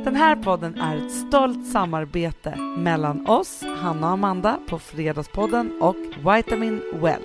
Den här podden är ett stolt samarbete mellan oss, Hanna och Amanda på Fredagspodden och Vitamin Well.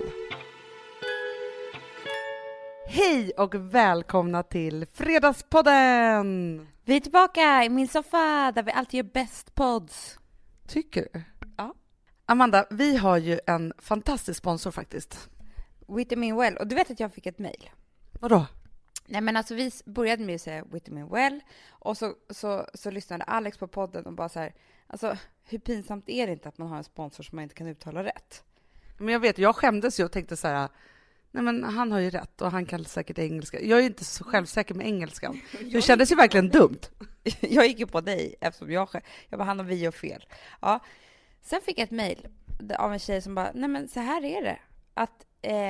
Hej och välkomna till Fredagspodden! Vi är tillbaka i min soffa där vi alltid gör bäst pods. Tycker du? Ja. Amanda, vi har ju en fantastisk sponsor faktiskt. Vitamin Well. Och du vet att jag fick ett mejl. Vadå? Nej men alltså vi började med att säga Vitamin Well. Och så lyssnade Alex på podden och bara så här. Alltså hur pinsamt är det inte att man har en sponsor som man inte kan uttala rätt? Men jag vet, jag skämdes ju och tänkte så här. Nej men han har ju rätt och han kan säkert engelska. Jag är inte så självsäker med engelskan. Det kändes ju verkligen dumt. Jag gick ju på dig eftersom jag bara han och vi gör fel. Ja. Sen fick jag ett mejl av en tjej som bara, nej men så här är det. Att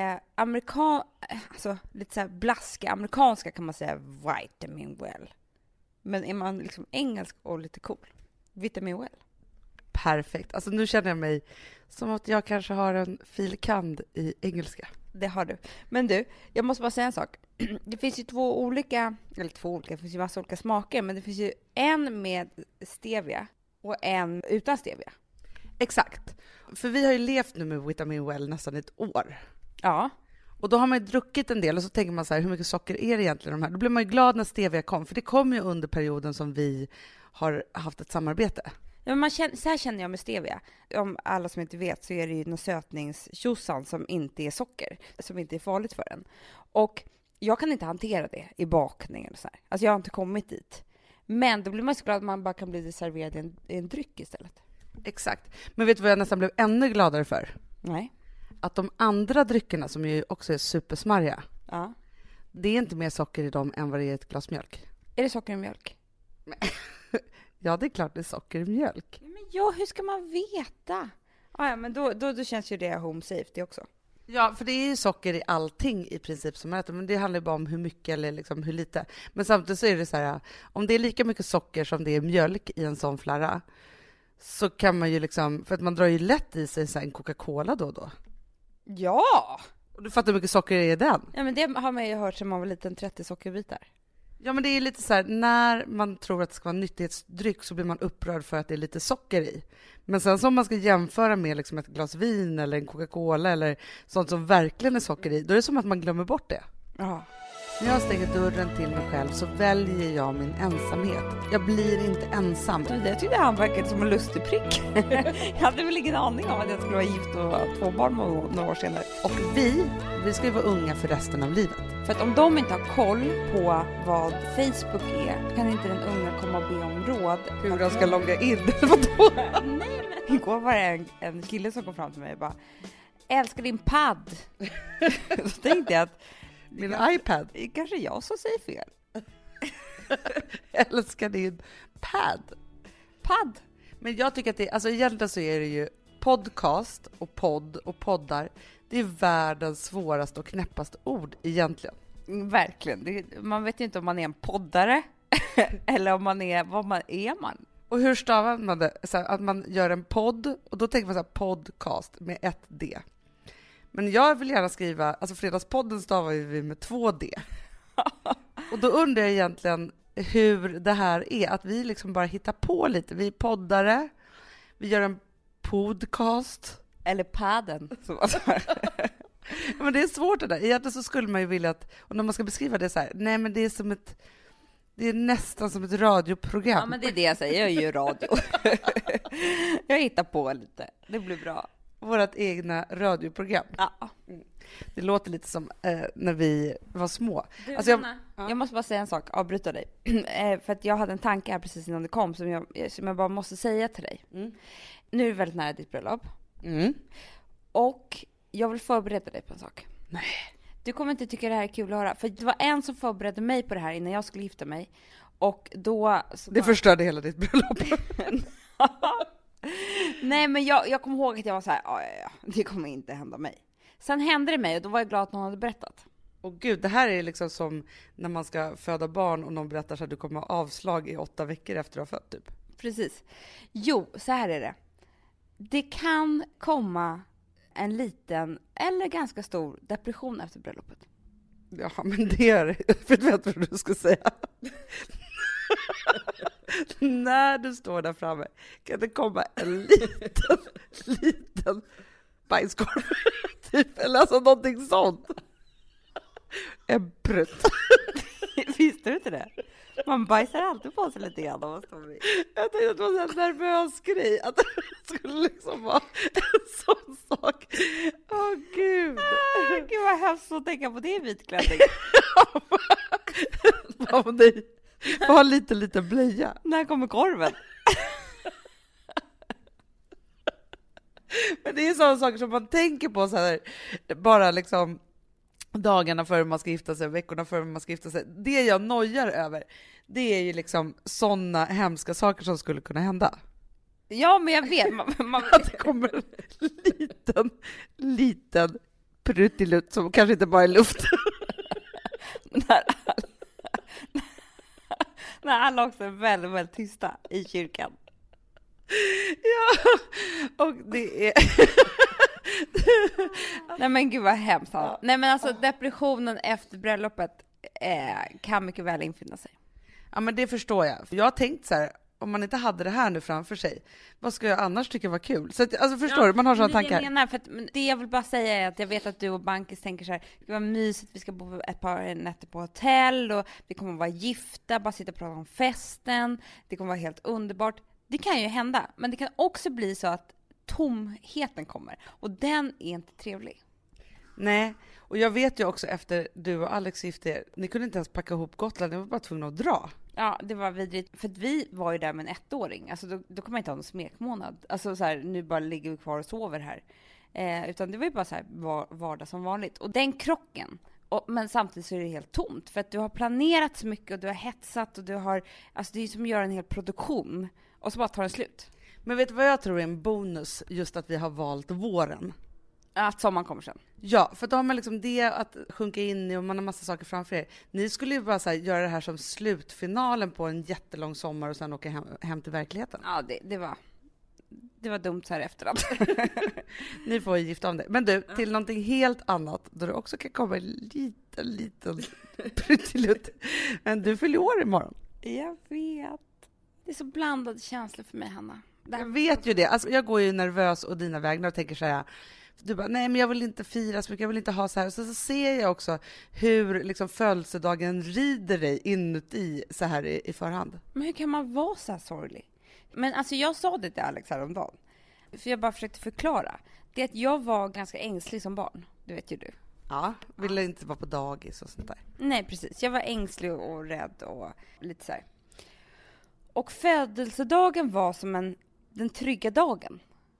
alltså lite så här blaska amerikanska kan man säga Vitamin Well. Men är man liksom engelsk och lite cool, Vitamin Well. Perfekt. Alltså nu känner jag mig som att jag kanske har en filkand i engelska. Det har du. Men du, jag måste bara säga en sak. Det finns ju det finns ju massa olika smaker, men det finns ju en med stevia och en utan stevia. Exakt. För vi har ju levt nu med Vitamin Well nästan ett år. Ja. Och då har man ju druckit en del och så tänker man så här, hur mycket socker är det egentligen de här? Då blir man ju glad när stevia kom, för det kom ju under perioden som vi har haft ett samarbete. Ja, men så här känner jag med stevia. Om alla som inte vet så är det ju någon sötningstjosan som inte är socker, som inte är farligt för en. Och jag kan inte hantera det i bakning eller så här. Alltså jag har inte kommit dit. Men då blir man så glad att man bara kan bli serverad i en dryck istället. Exakt. Men vet du vad jag nästan blev ännu gladare för? Nej. Att de andra dryckerna som ju också är supersmarriga, Ja. Det är inte mer socker i dem än vad det är i ett glas mjölk. Är det socker i mjölk? Ja, det är klart det är socker i mjölk. Men ja, hur ska man veta? Ja, men då känns ju det home safety också. Ja, för det är ju socker i allting i princip som man äter, men det handlar ju bara om hur mycket eller liksom hur lite. Men samtidigt så är det så här, om det är lika mycket socker som det är mjölk i en sån flarra, så kan man ju liksom, för att man drar ju lätt i sig så här en Coca-Cola då och då. Ja! Och du fattar hur mycket socker det är i den? Ja, men det har man ju hört sedan man var liten, 30 sockerbitar. Ja, men det är lite så här, när man tror att det ska vara en nyttighetsdryck så blir man upprörd för att det är lite socker i. Men sen som man ska jämföra med liksom ett glas vin eller en Coca-Cola eller sånt som verkligen är socker i, då är det som att man glömmer bort det. Ja. När jag stänger dörren till mig själv så väljer jag min ensamhet. Jag blir inte ensam. Det tyckte han verkade som en lustig prick. Jag hade väl ingen aning om att jag skulle vara gift och ha 2 barn några år senare. Och vi ska ju vara unga för resten av livet. För att om de inte har koll på vad Facebook är, kan inte den unga komma och be om råd. Hur de ska logga in. Nej, men igår var det en kille som kom fram till mig och bara, älskar din padd. Så tänkte jag att min iPad. Kanske jag som säger fel. Älskar din padd. Men jag tycker att det, alltså egentligen så är det ju podcast och podd och poddar. Det är världens svåraste och knäppaste ord egentligen. Verkligen. Man vet ju inte om man är en poddare eller om man är, vad man är man. Och hur stavar man det? Så här, att man gör en podd och då tänker man så här podcast med 1 D. Men jag vill gärna skriva, alltså Fredagspodden stavar vi med 2 D. Och då undrar jag egentligen hur det här är, att vi liksom bara hittar på lite. Vi är poddare, vi gör en podcast. Eller padden. Men det är svårt det där. Egentligen så skulle man ju vilja att, och när man ska beskriva det så här, nej men det är nästan som ett radioprogram. Ja, men det är det jag säger, jag är ju radio. Jag hittar på lite, det blir bra. Vårt egna radioprogram. Ja. Det låter lite som när vi var små. Du, alltså jag måste bara säga en sak, avbryta dig. För att jag hade en tanke här precis innan det kom som jag bara måste säga till dig. Nu är det väldigt nära ditt bröllop. Och jag vill förbereda dig på en sak. Nej. Du kommer inte tycka det här är kul att höra. För det var en som förberedde mig på det här innan jag skulle gifta mig. Och då... Det förstörde hela ditt bröllop. Nej, men jag kommer ihåg att jag var så här, ja, det kommer inte hända mig. Sen hände det mig och då var jag glad att någon hade berättat. Och gud, det här är liksom som när man ska föda barn och någon berättar så att du kommer ha avslag i 8 veckor efter att ha fött typ. Precis. Jo, så här är det. Det kan komma en liten eller ganska stor depression efter bröllopet. Ja, men det är... Vet du vad du ska säga? när du står där framme kan det komma en liten bajskorv typ, eller alltså någonting sånt. En prutt. Visste du inte det? Man bajsar alltid på sig lite grann om man står vid. Jag tänkte att det var en nervös grej, att det skulle liksom vara en sån sak. Åh gud. Gud vad hemskt att tänka på det i vitklänning. Bara lite blöja. När kommer korven? Men det är sådana saker som man tänker på så här, bara liksom dagarna före man ska gifta sig, veckorna före man ska gifta sig. Det jag nojar över, det är ju liksom sådana hemska saker som skulle kunna hända. Ja, men jag vet. Att det kommer en liten pruttilutt som kanske inte bara är luft. När alla också är väldigt, väldigt tysta i kyrkan. Ja, och det är... Nej men gud vad hemskt. Ja. Nej men alltså depressionen efter bröllopet kan mycket väl infinna sig. Ja men det förstår jag. Jag har tänkt så här, om man inte hade det här nu framför sig, vad ska jag annars tycka var kul? Så att, alltså förstår du, man har sådana tankar. Jag menar, för att, det jag vill bara säga är att jag vet att du och Bankis tänker så här, det var mysigt, vi ska bo ett par nätter på hotell och vi kommer att vara gifta, bara sitta och prata om festen, det kommer att vara helt underbart. Det kan ju hända, men det kan också bli så att tomheten kommer och den är inte trevlig. Nej, och jag vet ju också efter du och Alex gifte er, ni kunde inte ens packa ihop Gotland, ni var bara tvungna att dra. Ja, det var vidrigt. För att vi var ju där med en 1-åring. Alltså då kan man inte ha någon smekmånad. Alltså så här, nu bara ligger vi kvar och sover här. Utan det var ju bara så här vardag som vanligt. Och den krocken. Men samtidigt så är det helt tomt. För att du har planerat så mycket och du har hetsat och du har... Alltså det är ju som att göra en hel produktion. Och så bara tar den slut. Men vet du vad jag tror är en bonus? Just att vi har valt våren. Att sommaren kommer sen. Ja, för då har man liksom det att sjunka in i och man har massa saker framför er. Ni skulle ju bara så här, göra det här som slutfinalen på en jättelång sommar och sen åka hem till verkligheten. Ja, det var dumt så här efterhand. Ni får ju gifta om det. Men du, till någonting helt annat då det också kan komma en liten pruttilutt. Men du fyller år imorgon. Jag vet. Det är så blandade känslor för mig, Hanna. Jag vet ju det. Alltså, jag går ju nervös och dina vägnar och tänker så här. Du bara, nej men jag vill inte fira så mycket, jag vill inte ha så här. Så ser jag också hur liksom födelsedagen rider dig inuti så här i förhand. Men hur kan man vara så här sorglig? Men alltså jag sa det till Alex häromdagen. För jag bara försökte förklara. Det är att jag var ganska ängslig som barn. Det vet ju du. Ja, ville inte vara på dagis och sånt där. Nej, precis. Jag var ängslig och rädd och lite så här. Och födelsedagen var som den trygga dagen.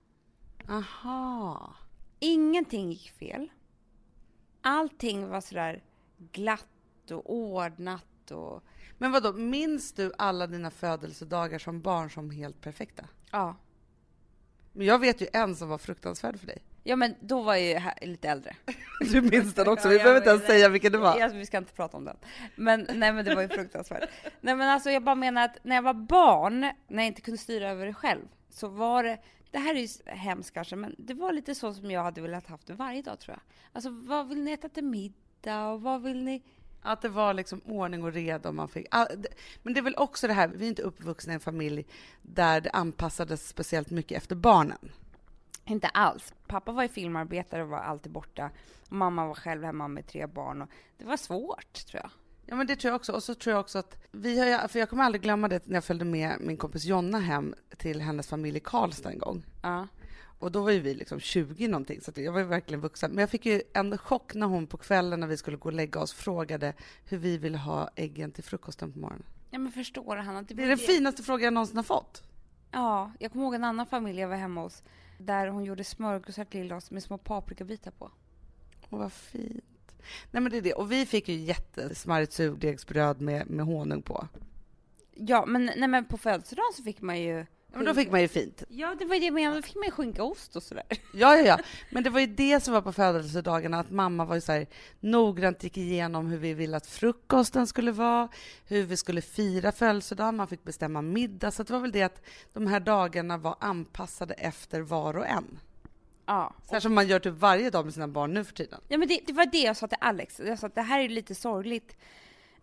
Aha. Ingenting gick fel. Allting var sådär glatt och ordnat. Men vadå, minns du alla dina födelsedagar som barn som helt perfekta? Ja. Men jag vet ju en som var fruktansvärd för dig. Ja, men då var jag ju lite äldre. Du minns den också, vi behöver inte ens säga vilken det var. Vi ska inte prata om den. Men det var ju fruktansvärt. Nej, men alltså jag bara menar att när jag var barn, när jag inte kunde styra över det själv, så var det här är ju hemskt kanske, men det var lite så som jag hade velat haft det varje dag, tror jag. Alltså, vad vill ni äta till middag och vad vill ni... Att det var liksom ordning och reda och man fick... Men det är väl också det här, vi är inte uppvuxna i en familj där det anpassades speciellt mycket efter barnen. Inte alls. Pappa var ju filmarbetare och var alltid borta. Och mamma var själv hemma med 3 barn. Och det var svårt, tror jag. Ja, men det tror jag också. Och så tror jag också att för jag kommer aldrig glömma det när jag följde med min kompis Jonna hem till hennes familj i Karlstad en gång. Ja. Och då var ju vi liksom 20 någonting, så att jag var ju verkligen vuxen. Men jag fick ju en chock när hon på kvällen när vi skulle gå och lägga oss frågade hur vi ville ha äggen till frukosten på morgonen. Ja, men förstår Hanna. Det är den finaste frågan jag någonsin har fått. Ja, jag kommer ihåg en annan familj jag var hemma hos. Där hon gjorde smörgåsar till oss med små paprikabitar på. Åh, vad fint. Nej, men det är det. Och vi fick ju jättesmarrigt surdegsbröd med honung på. Ja, men på födelsedagen så fick man ju... Ja, men då fick man ju fint. Ja, det var det jag menade. Då fick man ju skinkaost och sådär. Ja. Men det var ju det som var på födelsedagarna. Att mamma var ju så här noggrant gick igenom hur vi ville att frukosten skulle vara. Hur vi skulle fira födelsedagen. Man fick bestämma middag. Så det var väl det att de här dagarna var anpassade efter var och en. Ja. Så här som man gör typ varje dag med sina barn nu för tiden. Ja, men det var det jag sa till Alex. Jag sa att det här är lite sorgligt.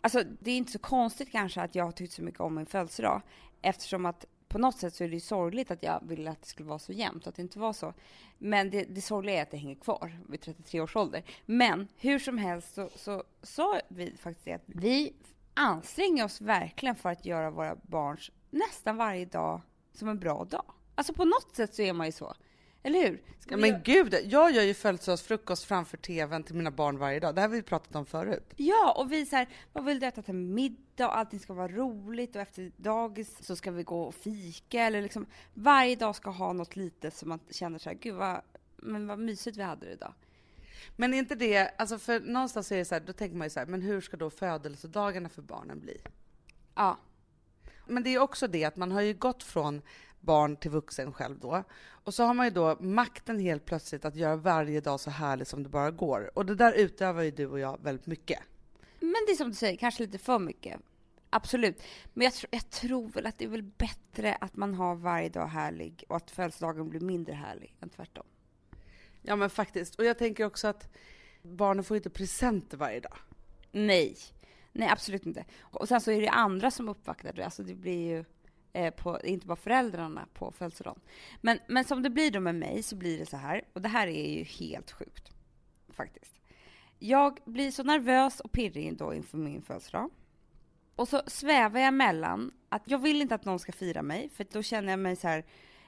Alltså det är inte så konstigt kanske att jag har tyckt så mycket om min födelsedag. Eftersom att på något sätt så är det ju sorgligt att jag ville att det skulle vara så jämnt. Att det inte var så. Men det sorgliga är att det hänger kvar vid 33 års ålder. Men hur som helst så sa vi faktiskt att vi anstränger oss verkligen för att göra våra barns nästan varje dag som en bra dag. Alltså på något sätt så är man ju så. Eller hur? Ja, men gud, jag gör ju födelsedagsfrukost framför tvn till mina barn varje dag. Det här har vi pratat om förut. Ja, och vi så här, vad vill du äta till middag och allting ska vara roligt och efter dagis så ska vi gå och fika eller liksom varje dag ska ha något litet som man känner så här, gud vad mysigt vi hade det idag. Men är inte det, alltså för någonstans är det så här, då tänker man ju så här, men hur ska då födelsedagarna för barnen bli? Ja. Men det är också det att man har ju gått från barn till vuxen själv då. Och så har man ju då makten helt plötsligt att göra varje dag så härligt som det bara går. Och det där utövar ju du och jag väldigt mycket. Men det är som du säger, kanske lite för mycket. Absolut. Men jag tror väl att det är väl bättre att man har varje dag härlig och att födelsedagen blir mindre härlig än tvärtom. Ja men faktiskt. Och jag tänker också att barnen får inte presenter varje dag. Nej, absolut inte. Och sen så är det andra som uppvaktar det. Alltså det blir ju inte bara föräldrarna på födelsedagen. Men som det blir då med mig så blir det så här. Och det här är ju helt sjukt. Faktiskt. Jag blir så nervös och pirrig då inför min födelsedag. Och så svävar jag mellan att jag vill inte att någon ska fira mig. För då känner jag mig så här...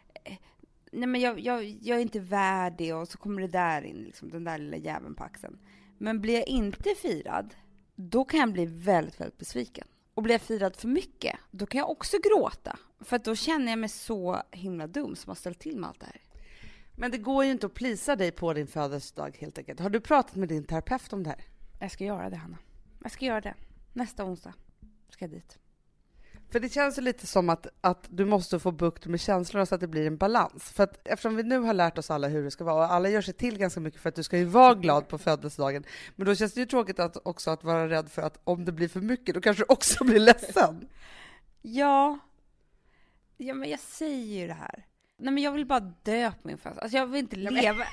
Nej men jag är inte värd det. Och så kommer det där in, liksom, den där lilla jäveln på axeln. Men blir jag inte firad, då kan jag bli väldigt, väldigt besviken. Och blir jag firad för mycket, då kan jag också gråta. För att då känner jag mig så himla dum som har ställt till med allt det här. Men det går ju inte att plisa dig på din födelsedag helt enkelt. Har du pratat med din terapeut om det här? Jag ska göra det, Hanna. Jag ska göra det. Nästa onsdag ska jag dit. För det känns ju lite som att du måste få bukt med känslor så att det blir en balans. För att eftersom vi nu har lärt oss alla hur det ska vara och alla gör sig till ganska mycket för att du ska ju vara glad på födelsedagen. Men då känns det ju tråkigt också att vara rädd för att om det blir för mycket då kanske du också blir ledsen. Ja, men jag säger ju det här. Nej men jag vill bara dö på min födelsedag. Alltså jag vill inte leva.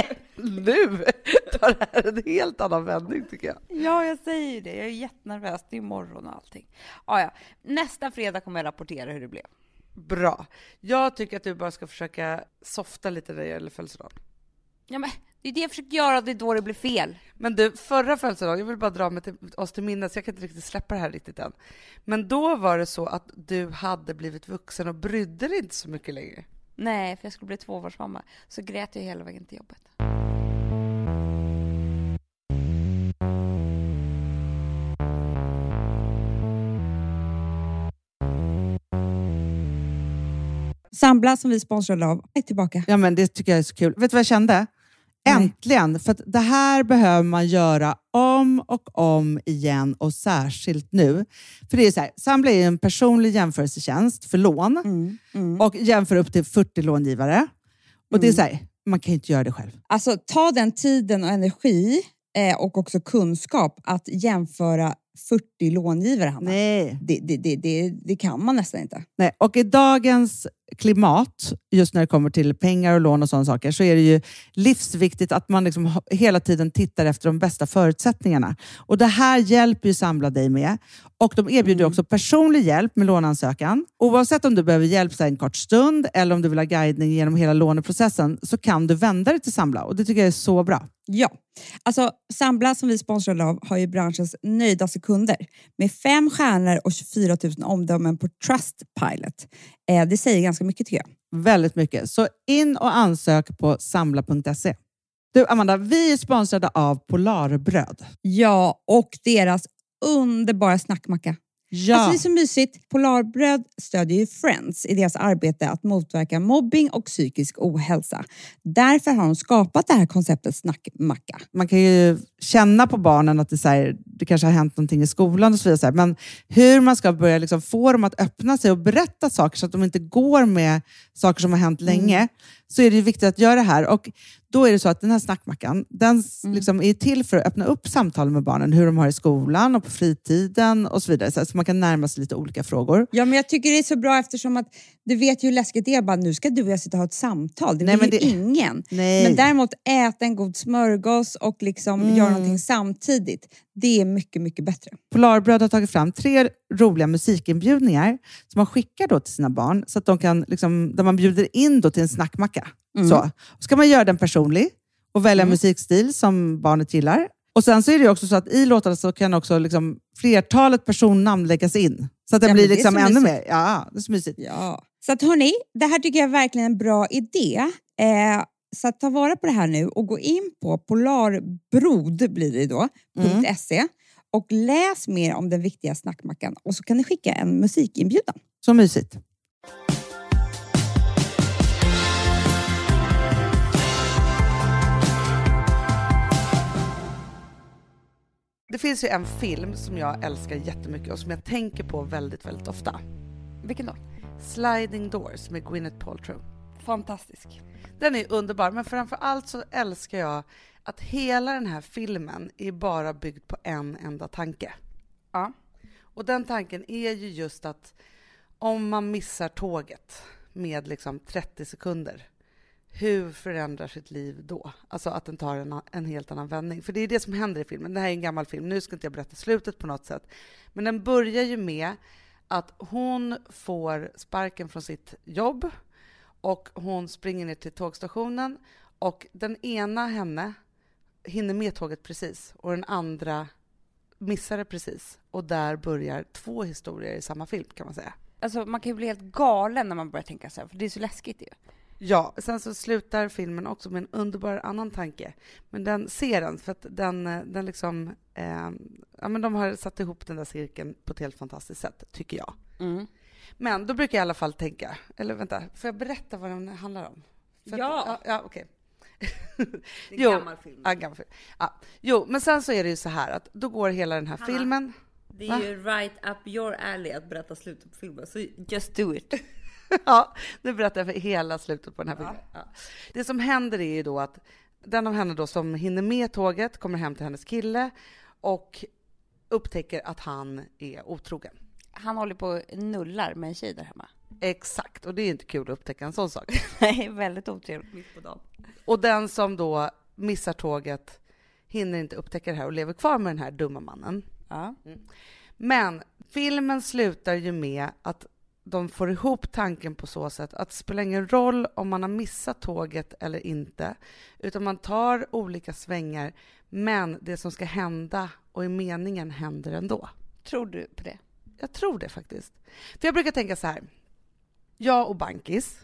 Nu tar det här en helt annan vändning tycker jag. Ja, jag säger ju det. Jag är jättenervös. Det är imorgon och allting. Ja. Nästa fredag kommer jag rapportera hur det blev. Bra. Jag tycker att du bara ska försöka softa lite när det gäller födelsedagen. Ja, men det är det jag försöker göra och det är då det blir fel. Men du, förra födelsedagen, jag vill bara dra oss till minnes, jag kan inte riktigt släppa det här riktigt än. Men då var det så att du hade blivit vuxen och brydde dig inte så mycket längre. Nej, för jag skulle bli 2-årsmamma. Så grät jag hela vägen till jobbet. Sambla som vi sponsrade av är tillbaka. Ja men det tycker jag är så kul. Vet du vad jag kände? Äntligen! För att det här behöver man göra om och om igen och särskilt nu. För det är så här, Sambla är en personlig jämförelsetjänst för lån och jämför upp till 40 långivare. Och det är så här, man kan inte göra det själv. Alltså ta den tiden och energi och också kunskap att jämföra 40 långivare, Hanna. Nej. Det kan man nästan inte. Nej. Och i dagens klimat, just när det kommer till pengar och lån och sådana saker, så är det ju livsviktigt att man liksom hela tiden tittar efter de bästa förutsättningarna. Och det här hjälper ju Sambla dig med. Och de erbjuder också personlig hjälp med låneansökan. Oavsett om du behöver hjälp så en kort stund eller om du vill ha guidning genom hela låneprocessen så kan du vända dig till Sambla. Och det tycker jag är så bra. Ja, alltså Sambla som vi sponsrade av har ju branschens nöjdaste kunder med 5 stjärnor och 24 000 omdömen på Trustpilot. Det säger ganska mycket tycker jag. Väldigt mycket. Så in och ansök på sambla.se. Du Amanda, vi är sponsrade av Polarbröd. Ja, och deras underbara snackmacka. Ja. Alltså det är så mysigt. Polarbröd stödjer ju Friends i deras arbete att motverka mobbing och psykisk ohälsa. Därför har de skapat det här konceptet snackmacka. Man kan ju känna på barnen att det kanske har hänt någonting i skolan och så vidare. Men hur man ska börja liksom få dem att öppna sig och berätta saker så att de inte går med saker som har hänt länge. Så är det ju viktigt att göra det här. Och då är det så att den här snackmackan, den liksom är till för att öppna upp samtal med barnen. Hur de har i skolan och på fritiden och så vidare. Så man kan närma sig lite olika frågor. Ja, men jag tycker det är så bra eftersom att Du vet ju hur läskigt det är. Bara, nu ska du och jag sitta och ha ett samtal. Det vill ju ingen. Nej. Men däremot äta en god smörgås och liksom göra någonting samtidigt. Det är mycket, mycket bättre. Polarbröd har tagit fram 3 roliga musikinbjudningar som man skickar då till sina barn. Så att de kan, liksom, där man bjuder in då till en snackmacka. Så ska man göra den personlig och välja musikstil som barnet gillar. Och sen så är det också så att i låtarna så kan också liksom flertalet personnamn läggas in. Så att det blir liksom ännu mer. Ja, det är så mysigt. Ja. Så att hörni, det här tycker jag är verkligen en bra idé. Så att ta vara på det här nu och gå in på polarbrod blir det då, .se och läs mer om den viktiga snackmackan. Och så kan ni skicka en musikinbjudan. Så mysigt. Det finns ju en film som jag älskar jättemycket och som jag tänker på väldigt, väldigt ofta. Vilken då? Sliding Doors med Gwyneth Paltrow. Fantastisk. Den är underbar, men framför allt så älskar jag att hela den här filmen är bara byggd på en enda tanke. Ja. Och den tanken är ju just att om man missar tåget med liksom 30 sekunder, hur förändrar sitt liv då? Alltså att den tar en helt annan vändning. För det är det som händer i filmen. Det här är en gammal film. Nu ska inte jag berätta slutet på något sätt. Men den börjar ju med att hon får sparken från sitt jobb. Och hon springer ner till tågstationen. Och den ena henne hinner med tåget precis. Och den andra missar det precis. Och där börjar 2 historier i samma film, kan man säga. Alltså man kan ju bli helt galen när man börjar tänka så här. För det är så läskigt ju. Ja, sen så slutar filmen också med en underbar annan tanke. Men den ser den, för att den liksom... ja, men de har satt ihop den där cirkeln på ett helt fantastiskt sätt, tycker jag. Men då brukar jag i alla fall tänka... Eller vänta, får jag berätta vad den handlar om? Ja, okej. Det är en gammal film. Ja, gammal film. Ja. Jo, men sen så är det ju så här att då går hela den här filmen... Det är ju right up your alley att berätta slutet på filmen, så just do it. Ja, nu berättar jag för hela slutet på den här filmen. Ja. Det som händer är ju då att den av henne då som hinner med tåget kommer hem till hennes kille och upptäcker att han är otrogen. Han håller på nullar med en tjej där hemma. Exakt, och det är inte kul att upptäcka en sån sak. Nej, väldigt otrevligt mitt på dagen. Och den som då missar tåget hinner inte upptäcka det här och lever kvar med den här dumma mannen. Ja. Men filmen slutar ju med att de får ihop tanken på så sätt att det spelar ingen roll om man har missat tåget eller inte, utan man tar olika svängar, men det som ska hända och i meningen händer ändå. Tror du på det? Jag tror det faktiskt. För jag brukar tänka så här, jag och Bankis,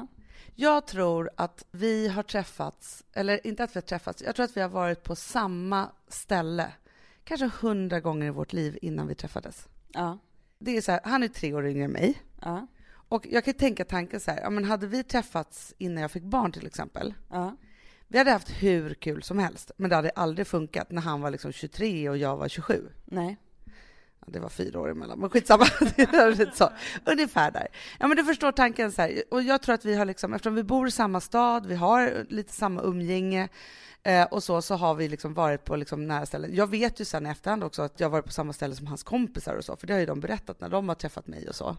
jag tror att vi har träffats, eller inte att vi har träffats, jag tror att vi har varit på samma ställe kanske 100 gånger i vårt liv innan vi träffades. Ja. Det är så här, han är 3 år yngre än mig. Ja. Och jag kan tänka tanken så här, ja, men hade vi träffats innan jag fick barn till exempel. Ja. Vi hade haft hur kul som helst, men det hade aldrig funkat när han var liksom 23 och jag var 27. Nej. Ja, det var 4 år emellan, men skitsamma. Så, ungefär där. Ja, men du förstår tanken så här. Och jag tror att vi har liksom, eftersom vi bor i samma stad, vi har lite samma umgänge och så har vi liksom varit på liksom nära ställen. Jag vet ju sen i efterhand också att jag varit på samma ställe som hans kompisar och så, för det har ju de berättat när de har träffat mig och så.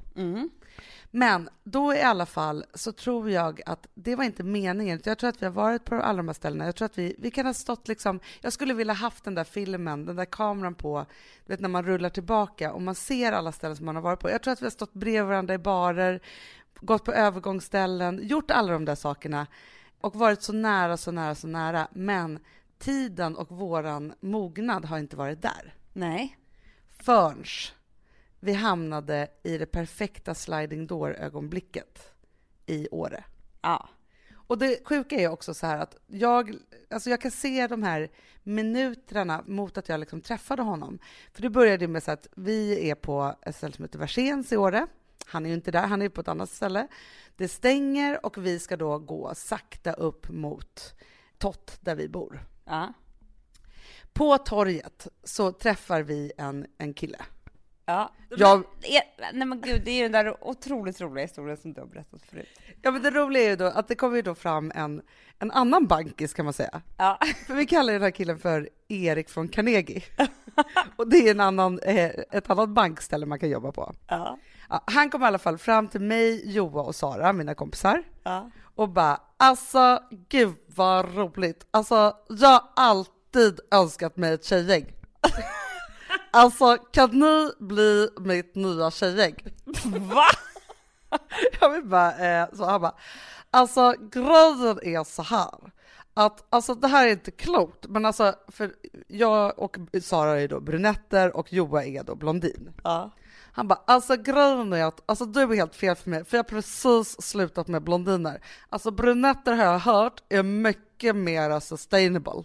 Men då i alla fall så tror jag att det var inte meningen. Jag tror att vi har varit på alla de här ställena. Jag tror att vi kan ha stått liksom, jag skulle vilja haft den där filmen, den där kameran på, du vet, när man rullar tillbaka och man ser alla ställen som man har varit på. Jag tror att vi har stått bredvid varandra i barer, gått på övergångsställen, gjort alla de där sakerna och varit så nära, men tiden och våran mognad har inte varit där. Nej. Förrän vi hamnade i det perfekta sliding door-ögonblicket i Åre. Ja. Och det sjuka är också så här att jag kan se de här minuterna mot att jag liksom träffade honom. För det började med så att vi är på ett ställe som heter Versens i Åre. Han är ju inte där, han är på ett annat ställe. Det stänger och vi ska då gå sakta upp mot Tott där vi bor. Ja. På torget så träffar vi en kille. Ja. Jag, Nej men gud, det är ju den där otroligt roliga historien som du har berättat förut. ja, men det roliga är ju då att det kommer ju då fram en annan bankis kan man säga. Ja. För vi kallar den här killen för Erik från Carnegie. Och det är ett annat bankställe man kan jobba på. Ja. Ja, han kom i alla fall fram till mig, Joa och Sara, mina kompisar. Ja. Och bara, alltså gud vad roligt. Alltså jag har alltid önskat mig ett tjejgäng. Alltså kan ni bli mitt nya tjejgäng? Va? Jag vill bara, så han bara, alltså grejen är så här. Att alltså det här är inte klokt, men alltså för jag och Sara är då brunetter och Joa är då blondin. Ja. Han bara, alltså grejen är att alltså, du är helt fel för mig, för jag har precis slutat med blondiner. Alltså brunetter har jag hört är mycket mer sustainable.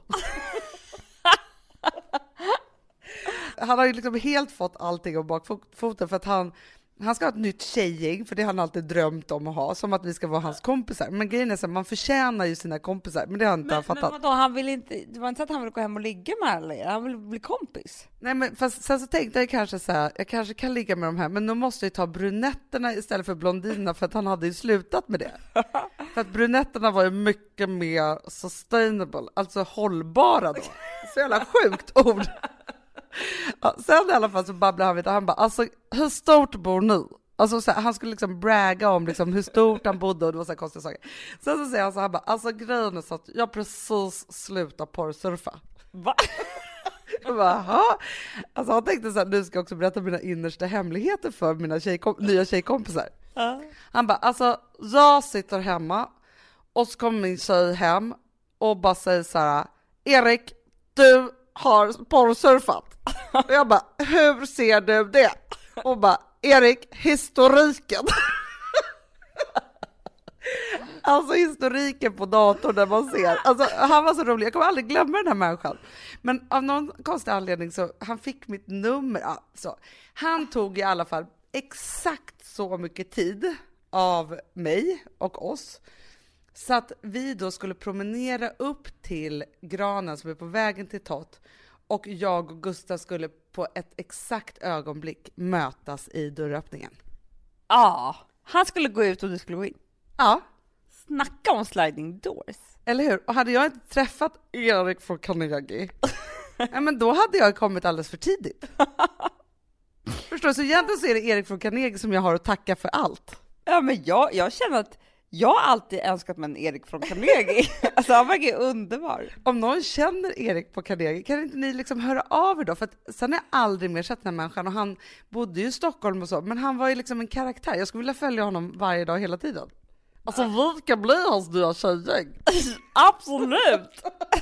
Han har ju liksom helt fått allting om bakfoten för att han ska ha ett nytt tjejgäng, för det har han alltid drömt om att ha, som att vi ska vara hans kompisar. Men grejen är så, man förtjänar ju sina kompisar, men det har han inte fattat. Men vadå, han vill inte, det var inte så att han vill gå hem och ligga med alla, han vill bli kompis. Nej, men fast sen så tänkte jag kanske så här, jag kanske kan ligga med de här, men då måste jag ta brunetterna istället för blondinerna, för att han hade ju slutat med det. För att brunetterna var ju mycket mer sustainable, alltså hållbara då. Så jävla sjukt ord. Ja, sen i alla fall så babblar han vid, han bara, alltså hur stort bor ni? Alltså så här, han skulle liksom bragga om liksom hur stort han bodde och det var så här konstiga saker. Sen så säger han så här, bara, alltså grejen är så att jag precis slutat porrsurfa. Va? Jag bara, aha. Alltså han tänkte så här, nu ska jag också berätta mina innersta hemligheter för mina nya tjejkompisar. Han bara, alltså jag sitter hemma och så kommer min tjej hem och bara säger så här, Erik, du har porrsurfat. Och jag bara, hur ser du det? Och bara, Erik, historiken. Alltså historiken på datorn där man ser. Alltså han var så rolig, jag kommer aldrig glömma den här människan. Men av någon konstig anledning så han fick mitt nummer. Ja, så. Han tog i alla fall exakt så mycket tid av mig och oss, så att vi då skulle promenera upp till granen som är på vägen till Tott, och jag och Gustav skulle på ett exakt ögonblick mötas i dörröppningen. Ja, han skulle gå ut och du skulle gå in. Ja. Snacka om sliding doors. Eller hur? Och hade jag inte träffat Erik från Carnegie, ja, men då hade jag kommit alldeles för tidigt. Förstår du? Så egentligen så är det Erik från Carnegie som jag har att tacka för allt. Ja, men jag känner att jag har alltid önskat mig en Erik från Carnegie. Alltså han verkar underbar. Om någon känner Erik på Carnegie, kan inte ni liksom höra av er då? För att sen har jag aldrig mer sett den här människan, och han bodde ju i Stockholm och så, men han var ju liksom en karaktär. Jag skulle vilja följa honom varje dag hela tiden. Alltså vi kan bli hans nya tjejgäng. Absolut!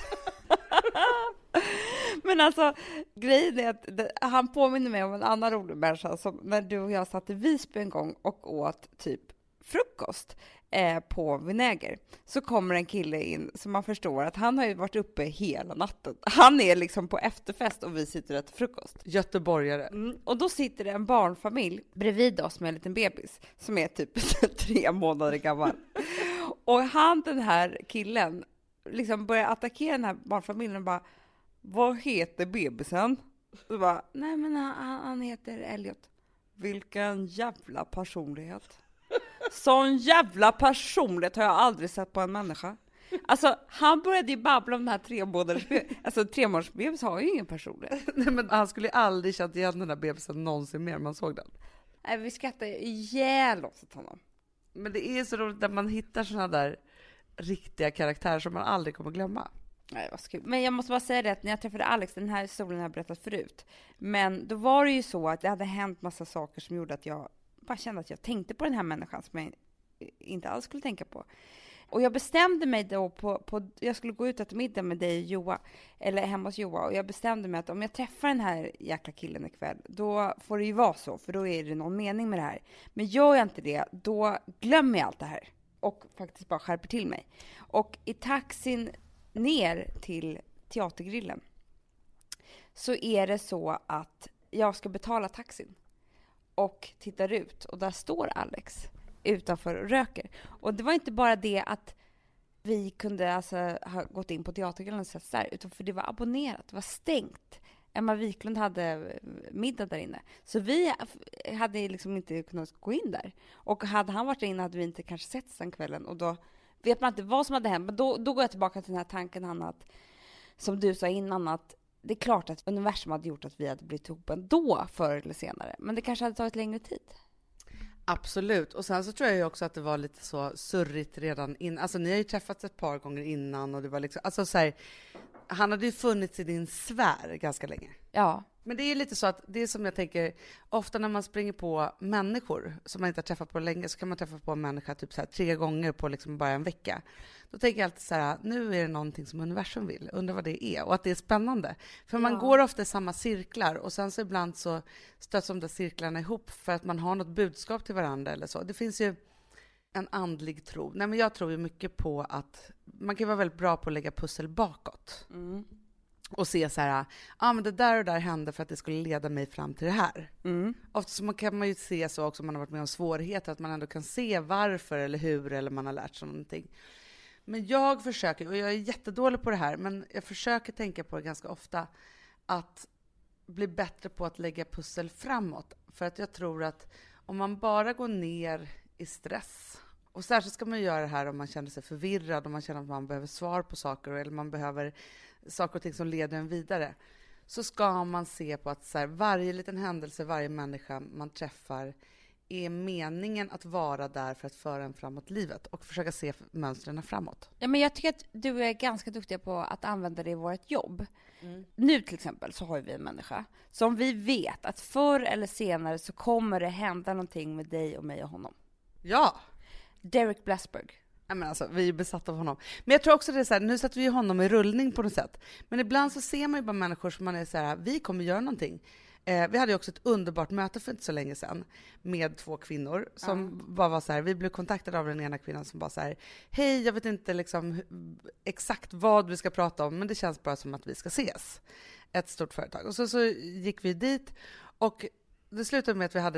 Men alltså, grejen är att han påminner mig om en annan rolig människa som när du och jag satt i Visby en gång och åt typ frukost på Vinäger, så kommer en kille in som man förstår att han har ju varit uppe hela natten. Han är liksom på efterfest och vi sitter och äter frukost. Göteborgare. Och då sitter det en barnfamilj bredvid oss med en liten bebis som är typ 3 månader gammal. Och den här killen liksom börjar attackera den här barnfamiljen och bara, vad heter bebisen? Och bara, nej men han heter Elliot. Vilken jävla personlighet. Sån jävla personlighet har jag aldrig sett på en människa. Alltså han började ju babbla om den här 3 månaders bebis. Alltså 3 månaders bebis har ju ingen personlighet. Nej, men han skulle ju aldrig känt igen den här bebisen någonsin mer man såg den. Nej, vi skrattar ihjäl oss åt honom. Men det är så roligt när man hittar såna där riktiga karaktärer som man aldrig kommer glömma. Nej, vad kul. Men jag måste bara säga det att när jag träffade Alex, den här historien har jag berättat förut. Men då var det ju så att det hade hänt massa saker som gjorde att jag bara kände att jag tänkte på den här människan som jag inte alls skulle tänka på. Och jag bestämde mig då jag skulle gå ut och äta middag med dig och Joa, eller hemma hos Joa, och jag bestämde mig att om jag träffar den här jäkla killen ikväll, då får det ju vara så, för då är det någon mening med det här. Men gör jag inte det, då glömmer jag allt det här och faktiskt bara skärper till mig. Och i taxin ner till Teatergrillen så är det så att jag ska betala taxin och tittar ut och där står Alex utanför och röker. Och det var inte bara det att vi kunde alltså ha gått in på Teatergrillen och sett så här, utan för det var abonnerat, det var stängt Emma Wiklund hade middag där inne. Så vi hade liksom inte kunnat gå in där. Och hade han varit där inne hade vi inte kanske sett den kvällen. Och då vet man inte vad som hade hänt. Men då går jag tillbaka till den här tanken, Hanna, att, som du sa innan, att det är klart att universum hade gjort att vi hade blivit ihop ändå förr eller senare. Men det kanske hade tagit längre tid. Absolut. Och sen så tror jag ju också att det var lite så surrigt redan innan. Alltså ni har ju träffats ett par gånger innan och det var liksom, alltså så här, han hade ju funnits i din sfär ganska länge. Ja. Men det är lite så att det är som jag tänker, ofta när man springer på människor som man inte har träffat på länge, så kan man träffa på en människa typ så här 3 gånger på liksom bara en vecka. Då tänker jag alltid så här, nu är det någonting som universum vill, undrar vad det är, och att det är spännande. För man går ofta i samma cirklar och sen så ibland så stöts de där cirklarna ihop för att man har något budskap till varandra eller så. Det finns ju en andlig tro. Nej, men jag tror ju mycket på att man kan vara väldigt bra på att lägga pussel bakåt. Mm. Och se så här, men det där och där hände för att det skulle leda mig fram till det här. Mm. Ofta så kan man ju se så också om man har varit med om svårigheter, att man ändå kan se varför eller hur, eller man har lärt sig någonting. Men jag försöker, och jag är jättedålig på det här, men jag försöker tänka på det ganska ofta, att bli bättre på att lägga pussel framåt. För att jag tror att om man bara går ner i stress, och särskilt ska man göra det här om man känner sig förvirrad, om man känner att man behöver svar på saker, eller man behöver saker och ting som leder en vidare, så ska man se på att så här, varje liten händelse, varje människa man träffar är meningen att vara där för att föra en framåt livet och försöka se mönstren framåt. Ja, men jag tycker att du är ganska duktig på att använda det i vårt jobb. Nu till exempel så har vi en människa som vi vet att förr eller senare så kommer det hända någonting med dig och mig och honom. Ja! Derek Blasberg. Ja, men alltså, vi är besatta av honom. Men jag tror också det är så här, nu sätter vi honom i rullning på något sätt. Men ibland så ser man ju bara människor som man är så här, vi kommer göra någonting. Vi hade ju också ett underbart möte för inte så länge sedan med 2 kvinnor som bara var så här, vi blev kontaktade av den ena kvinnan som bara så här, hej, jag vet inte liksom exakt vad vi ska prata om, men det känns bara som att vi ska ses. Ett stort företag. Och så gick vi dit och det slutade med att vi hade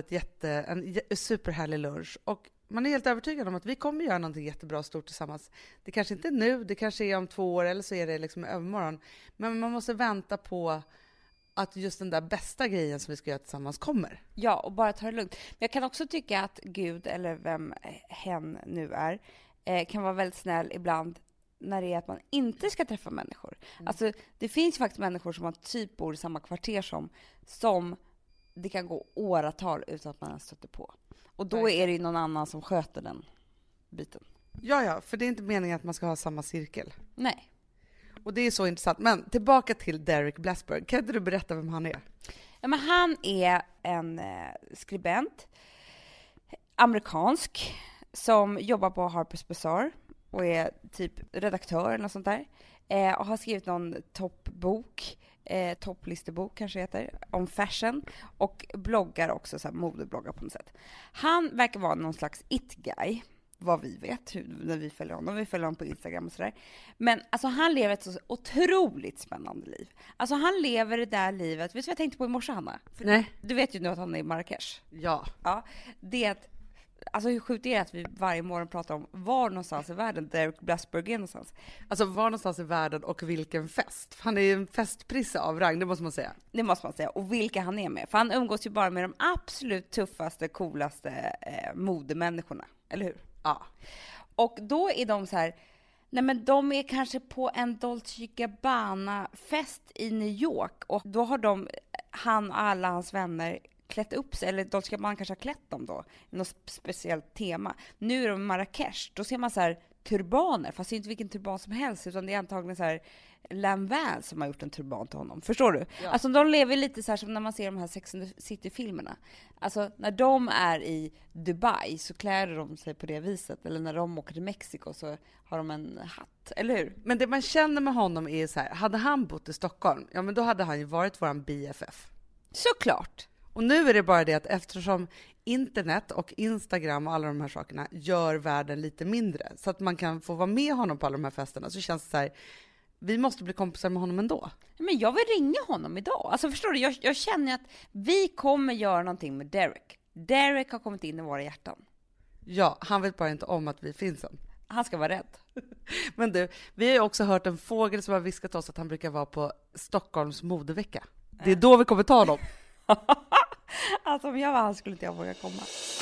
en superhärlig lunch, och man är helt övertygad om att vi kommer göra någonting jättebra och stort tillsammans. Det kanske inte är nu, det kanske är om 2 år, eller så är det liksom i övermorgon. Men man måste vänta på att just den där bästa grejen som vi ska göra tillsammans kommer. Ja, och bara ta det lugnt. Men jag kan också tycka att Gud, eller vem hen nu är, kan vara väldigt snäll ibland när det är att man inte ska träffa människor. Alltså, det finns faktiskt människor som man typ bor i samma kvarter som det kan gå åratal utan att man stöter på. Och då är det ju någon annan som sköter den biten. Ja, för det är inte meningen att man ska ha samma cirkel. Nej. Och det är så intressant. Men tillbaka till Derek Blasberg. Kan inte du berätta vem han är? Ja, men han är en skribent, amerikansk, som jobbar på Harper's Bazaar och är typ redaktör eller något sånt där. Och har skrivit någon toppbok, topplistebok kanske heter, om fashion, och bloggar också, så här modebloggar på något sätt. Han verkar vara någon slags it-guy, vad vi vet, när vi följer honom. Vi följer honom på Instagram och sådär. Men alltså, han lever ett så otroligt spännande liv. Alltså, han lever det där livet. Vet du vad jag tänkte på i morse, Hanna? Nej. Du vet ju nu att han är i Marrakesh. Ja. Det är att, alltså hur sjukt är det att vi varje morgon pratar om var någonstans i världen Derek Blasberg är någonstans. Alltså var någonstans i världen och vilken fest. Han är ju en festprisse av rang, det måste man säga. Det måste man säga. Och vilka han är med. För han umgås ju bara med de absolut tuffaste, coolaste modemänniskorna. Eller hur? Ja. Och då är de så här, nej men de är kanske på en Dolce Gabbana-fest i New York. Och då har han och alla hans vänner klätt upp sig, eller Dolce Gabbana kanske har klätt dem då, i något speciellt tema. Nu är de i Marrakesh, då ser man så här turbaner, fast det är inte vilken turban som helst, utan det är antagligen så här Lanvin som har gjort en turban till honom. Förstår du? Ja. Alltså de lever lite så här som när man ser de här Sex and the City-filmerna. Alltså när de är i Dubai så klär de sig på det viset, eller när de åker till Mexiko så har de en hatt, eller hur? Men det man känner med honom är så här, hade han bott i Stockholm, ja men då hade han ju varit våran BFF. Såklart! Och nu är det bara det att eftersom internet och Instagram och alla de här sakerna gör världen lite mindre, så att man kan få vara med honom på alla de här festerna, så känns det så här, vi måste bli kompisar med honom ändå. Men jag vill ringa honom idag. Alltså förstår du, jag känner att vi kommer göra någonting med Derek. Derek har kommit in i våra hjärtan. Ja, han vet bara inte om att vi finns än. Han ska vara rädd. Men du, vi har ju också hört en fågel som har viskat oss att han brukar vara på Stockholms modevecka. Det är då vi kommer ta dem. Alltså om jag var han skulle inte jag våga komma.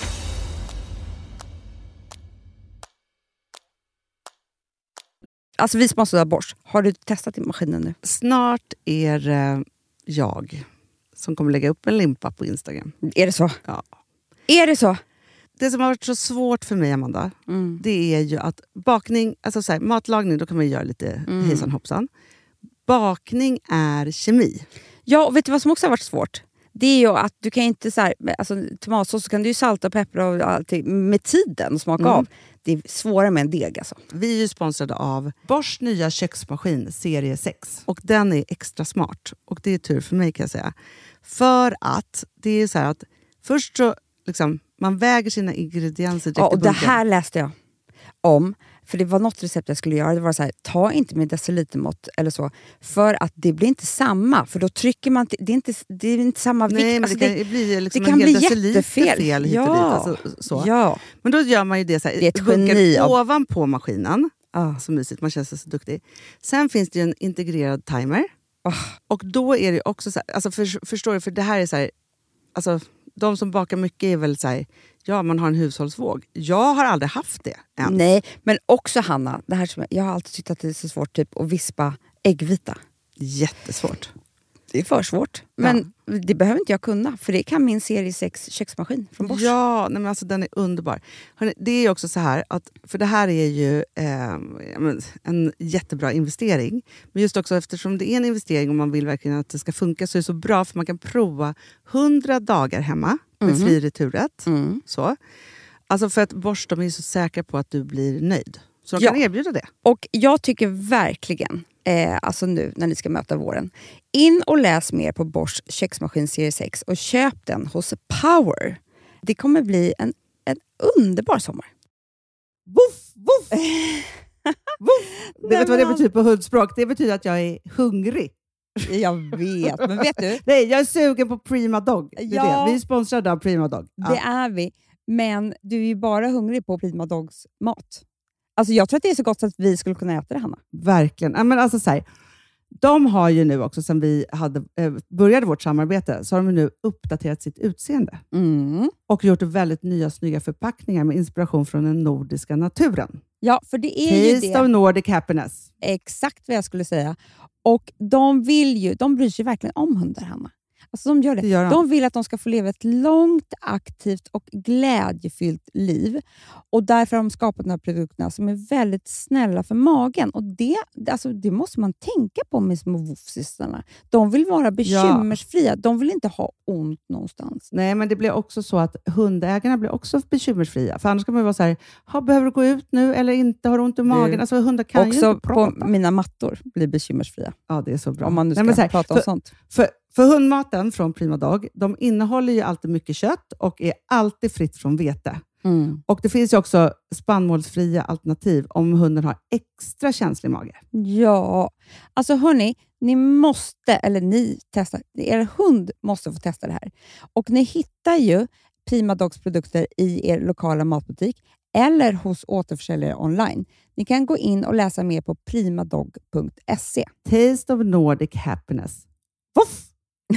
Alltså vi som har sådär borst, har du testat i maskinen nu? Snart är jag som kommer lägga upp en limpa på Instagram. Är det så? Ja. Är det så? Det som har varit så svårt för mig, Amanda, det är ju att bakning, alltså så här, matlagning, då kan man göra lite hejsan hoppsan. Bakning är kemi. Ja, och vet du vad som också har varit svårt? Det är ju att du kan inte så här, alltså tomatsås så kan du ju salta och peppra och allting med tiden och smaka av. Det är svårare med en deg alltså. Vi är ju sponsrade av Bosch nya köksmaskin serie 6. Och den är extra smart. Och det är tur för mig kan jag säga. För att det är så här att först så liksom, man väger sina ingredienser direkt. Ja, och i det bunken. här läste jag om. För det var något recept jag skulle göra. Det var så här, ta inte med decilitermått eller så. För att det blir inte samma. För då trycker man... Det är inte samma vikt. Nej, men alltså, det kan bli liksom det kan en hel bli deciliter jättefel. fel hit och dit. Alltså, så. Ja. Men då gör man ju det så här. Det är ett geni av... ovanpå maskinen. Ah. Så mysigt, man känns så duktig. Sen finns det ju en integrerad timer. Och då är det också så här, alltså förstår du, för det här är så här, alltså de som bakar mycket är väl så här, ja man har en hushållsvåg. Jag har aldrig haft det än. Nej, men också Hanna, det här som jag har alltid tyckt att det är så svårt typ att vispa äggvita. Jättesvårt. Det är för svårt. Men det behöver inte jag kunna, för det kan min serie 6 köksmaskin från Bosch. Ja, nej men alltså den är underbar. Hörrni, det är ju också så här, att, för det här är ju en jättebra investering. Men just också eftersom det är en investering och man vill verkligen att det ska funka, så är det så bra för man kan prova 100 dagar hemma med fri returrätt. Så. Alltså för att Bosch, de är så säkra på att du blir nöjd. Så de kan erbjuda det. Och jag tycker verkligen, alltså nu när ni ska möta våren, in och läs mer på Bosch köksmaskin serie 6 och köp den hos Power. Det kommer bli en underbar sommar. Woof, woof. Woof. Det vet vad det betyder på hundspråk. Det betyder att jag är hungrig. Jag vet, men vet du? Nej, jag är sugen på Prima Dog. Det är Ja. det. Vi är sponsrade av Prima Dog. Det är vi. Men du är ju bara hungrig på Prima Dogs mat. Alltså jag tror att det är så gott så att vi skulle kunna äta det, Hanna. Verkligen. Ja, men alltså, så här, de har ju nu också, sen vi började vårt samarbete, så har de nu uppdaterat sitt utseende. Och gjort väldigt nya snygga förpackningar med inspiration från den nordiska naturen. Ja, för det är Taste ju det. of Nordic happiness. Exakt vad jag skulle säga. Och de bryr sig verkligen om hundar, Hanna. Alltså de gör det. Det gör de. De vill att de ska få leva ett långt, aktivt och glädjefyllt liv. Och därför har de skapat de här produkterna som är väldigt snälla för magen. Och det måste man tänka på med små woofsystrarna. De vill vara bekymmersfria. De vill inte ha ont någonstans. Nej, men det blir också så att hundägarna blir också bekymmersfria. För annars kan man vara så här, behöver du gå ut nu eller inte? Har du ont i magen? Alltså hundar kan också ju inte prata. på mina mattor blir bekymmersfria. Ja, det är så bra. Om man nu ska Nej, men så här, prata om sånt. För hundmaten från Prima Dog, de innehåller ju alltid mycket kött och är alltid fritt från vete. Och det finns ju också spannmålsfria alternativ om hunden har extra känslig mage. Ja, alltså hörni, ni testar. Er hund måste få testa det här. Och ni hittar ju Prima Dogs produkter i er lokala matbutik eller hos återförsäljare online. Ni kan gå in och läsa mer på primadog.se. Taste of Nordic happiness. Voff!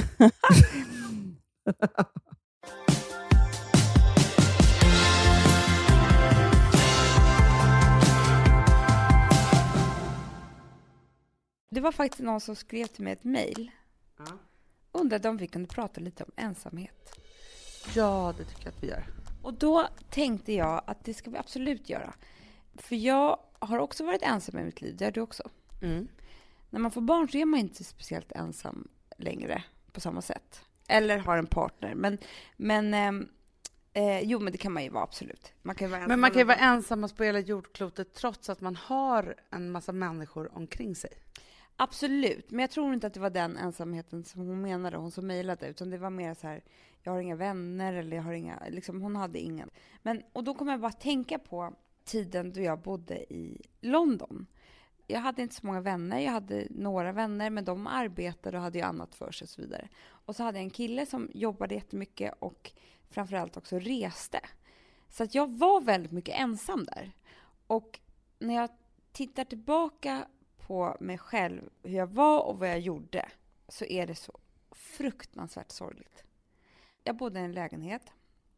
Det var faktiskt någon som skrev till mig ett mejl. Undrade om vi kunde prata lite om ensamhet. Ja, det tycker jag att vi gör. Och då tänkte jag att det ska vi absolut göra. För jag har också varit ensam i mitt liv, det är du också. När man får barn så är man inte speciellt ensam längre på samma sätt. Eller har en partner. Men det kan man ju vara absolut. Man kan ju vara ensam och spela jordklotet trots att man har en massa människor omkring sig. Absolut, men jag tror inte att det var den ensamheten som hon menade, hon som mejlade, utan det var mer så här, jag har inga vänner eller jag har inga, liksom, hon hade ingen. Och då kommer jag bara tänka på tiden då jag bodde i London. Jag hade inte så många vänner, jag hade några vänner, men de arbetade och hade ju annat för sig och så vidare. Och så hade jag en kille som jobbade jättemycket och framförallt också reste. Så att jag var väldigt mycket ensam där. Och när jag tittar tillbaka på mig själv, hur jag var och vad jag gjorde, så är det så fruktansvärt sorgligt. Jag bodde i en lägenhet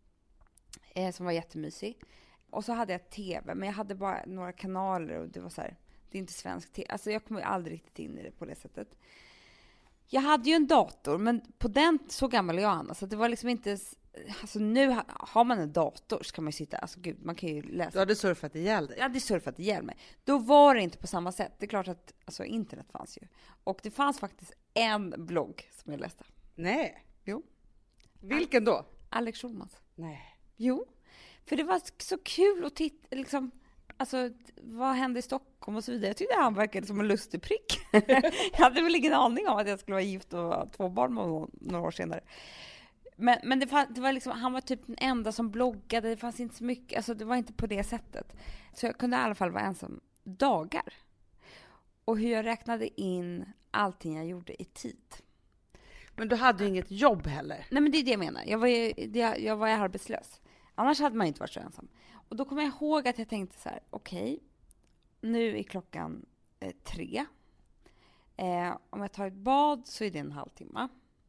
som var jättemysig. Och så hade jag tv, men jag hade bara några kanaler och det var så här, det är inte svensk tv. Alltså jag kom aldrig riktigt in i det på det sättet. Jag hade ju en dator, men på den, så gammal är jag, Anna, så det var liksom inte, alltså nu har man en dator så kan man ju sitta, alltså gud, man kan ju läsa. Du hade surfat ihjäl dig. Jag hade surfat ihjäl mig. Då var det inte på samma sätt. Det är klart att, alltså internet fanns ju. Och det fanns faktiskt en blogg som jag läste. Nej. Jo. Vilken då? Alex Schulmans. Nej. Jo. För det var så kul att titta, liksom, alltså vad hände i Stockholm och så vidare. Jag tyckte han verkade som en lustig prick. Jag hade väl ingen aning om att jag skulle vara gift och ha 2 barn några år senare. Men det var liksom, han var typ den enda som bloggade. Det fanns inte så mycket, alltså det var inte på det sättet. Så jag kunde i alla fall vara ensam dagar. Och hur jag räknade in allting jag gjorde i tid. Men du hade ju inget jobb heller. Nej, men det är det jag menar. Jag var arbetslös. Annars hade man inte varit så ensam. Och då kommer jag ihåg att jag tänkte så här, okej, nu är klockan 3. Om jag tar ett bad så är det en halvtimme.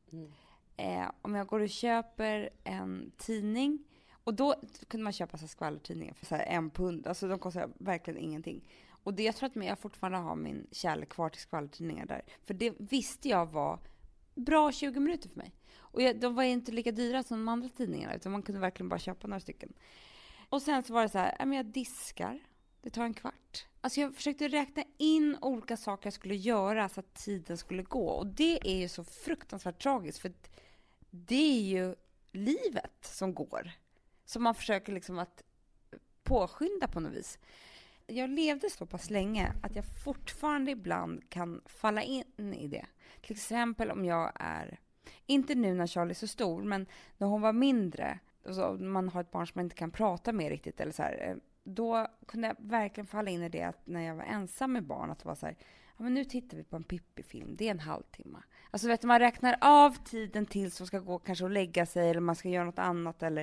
Om jag går och köper en tidning, och då kunde man köpa så skvallertidningar för så här 1 pund. Alltså de kostar verkligen ingenting. Och det, jag tror att jag fortfarande har min kärlek kvar till skvallertidningar där. För det visste jag var bra 20 minuter för mig. Och de var inte lika dyra som de andra tidningarna, utan man kunde verkligen bara köpa några stycken. Och sen så var det så här, jag diskar. Det tar 1 kvart. Alltså jag försökte räkna in olika saker jag skulle göra så att tiden skulle gå. Och det är ju så fruktansvärt tragiskt, för det är ju livet som går. Så man försöker liksom att påskynda på något vis. Jag levde så pass länge att jag fortfarande ibland kan falla in i det. Till exempel om jag är, inte nu när Charlie är så stor, men när hon var mindre, alltså man har ett barn som man inte kan prata med riktigt, eller så här, då kunde jag verkligen falla in i det att när jag var ensam med barn, att det var så här, ja men nu tittar vi på en Pippi-film, det är 1 halvtimme. Alltså vet du, man räknar av tiden tills de ska gå kanske och lägga sig, eller man ska göra något annat, eller...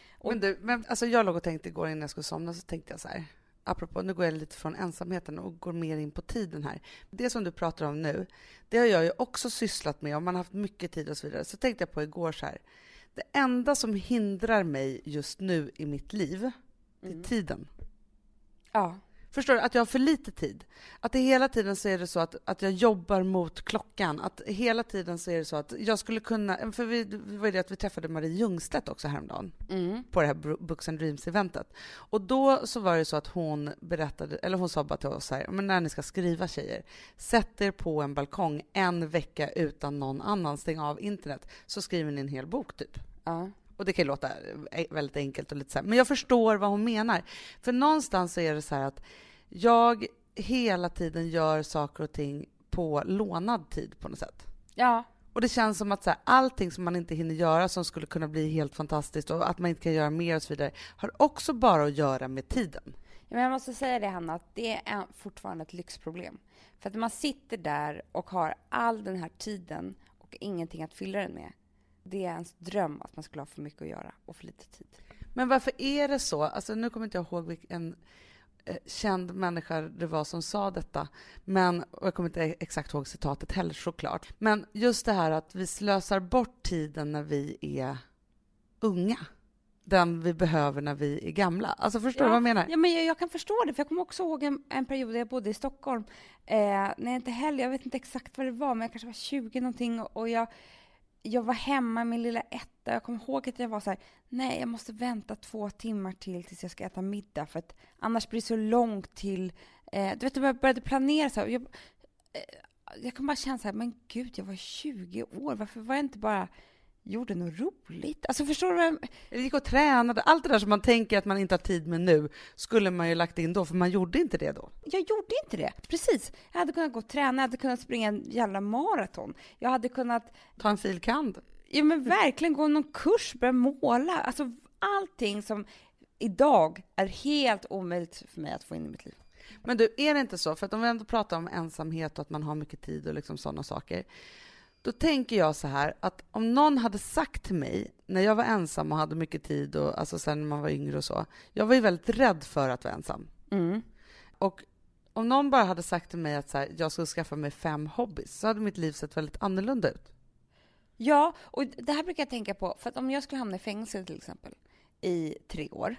Men alltså jag låg och tänkte igår innan jag skulle somna, så tänkte jag så här, apropå, nu går jag lite från ensamheten och går mer in på tiden här. Det som du pratar om nu, det har jag ju också sysslat med, om man har haft mycket tid och så vidare. Så tänkte jag på igår så här, det enda som hindrar mig just nu i mitt liv, det är tiden. Ja. Förstår du? Att jag har för lite tid. Att det hela tiden så är det så att jag jobbar mot klockan. Att hela tiden så är det så att jag skulle kunna... För vi var ju det att vi träffade Marie Ljungstedt också häromdagen. På det här Books and Dreams-eventet. Och då så var det så att hon berättade, eller hon sa bara till oss här, men när ni ska skriva, tjejer, sätt er på en balkong 1 vecka utan någon annan, stäng av internet, så skriver ni en hel bok typ. Ja. Och det kan ju låta väldigt enkelt och lite så här, men jag förstår vad hon menar. För någonstans så är det så här att jag hela tiden gör saker och ting på lånad tid på något sätt. Ja. Och det känns som att så här, allting som man inte hinner göra som skulle kunna bli helt fantastiskt och att man inte kan göra mer och så vidare har också bara att göra med tiden. Ja, men jag måste säga det, Hanna, att det är fortfarande ett lyxproblem. För att man sitter där och har all den här tiden och ingenting att fylla den med. Det är ens dröm att man skulle ha för mycket att göra och för lite tid. Men varför är det så? Alltså, nu kommer inte jag ihåg vilken känd människa det var som sa detta. Men, och jag kommer inte exakt ihåg citatet heller, såklart. Men just det här att vi slösar bort tiden när vi är unga. Den vi behöver när vi är gamla. Alltså förstår du vad jag menar? Ja, men jag kan förstå det. För jag kommer också ihåg en period där jag bodde i Stockholm. Nej, inte heller. Jag vet inte exakt vad det var. Men jag kanske var 20 någonting. Och jag var hemma med min lilla etta. Jag kommer ihåg att jag var så här, nej, jag måste vänta 2 timmar tills jag ska äta middag. För att annars blir det så långt till... du vet, jag började planera så här. Jag kan bara känna så här, men gud, jag var 20 år. Varför var jag inte bara... gjorde något roligt. Alltså förstår du? Jag gick och tränade. Allt det där som man tänker att man inte har tid med nu skulle man ju lagt in då, för man gjorde inte det då. Jag gjorde inte det. Precis. Jag hade kunnat gå och träna, jag hade kunnat springa en jävla maraton. Jag hade kunnat... ta en filkand. Ja, men verkligen gå någon kurs, börja måla. Alltså allting som idag är helt omöjligt för mig att få in i mitt liv. Men du, är det inte så? För att om vi ändå pratar om ensamhet och att man har mycket tid och liksom sådana saker. Då tänker jag så här, att om någon hade sagt till mig när jag var ensam och hade mycket tid, och alltså sen när man var yngre och så. Jag var ju väldigt rädd för att vara ensam. Och om någon bara hade sagt till mig att så här, jag skulle skaffa mig 5 hobbys, så hade mitt liv sett väldigt annorlunda ut. Ja, och det här brukar jag tänka på. För att om jag skulle hamna i fängelse till exempel i 3 år.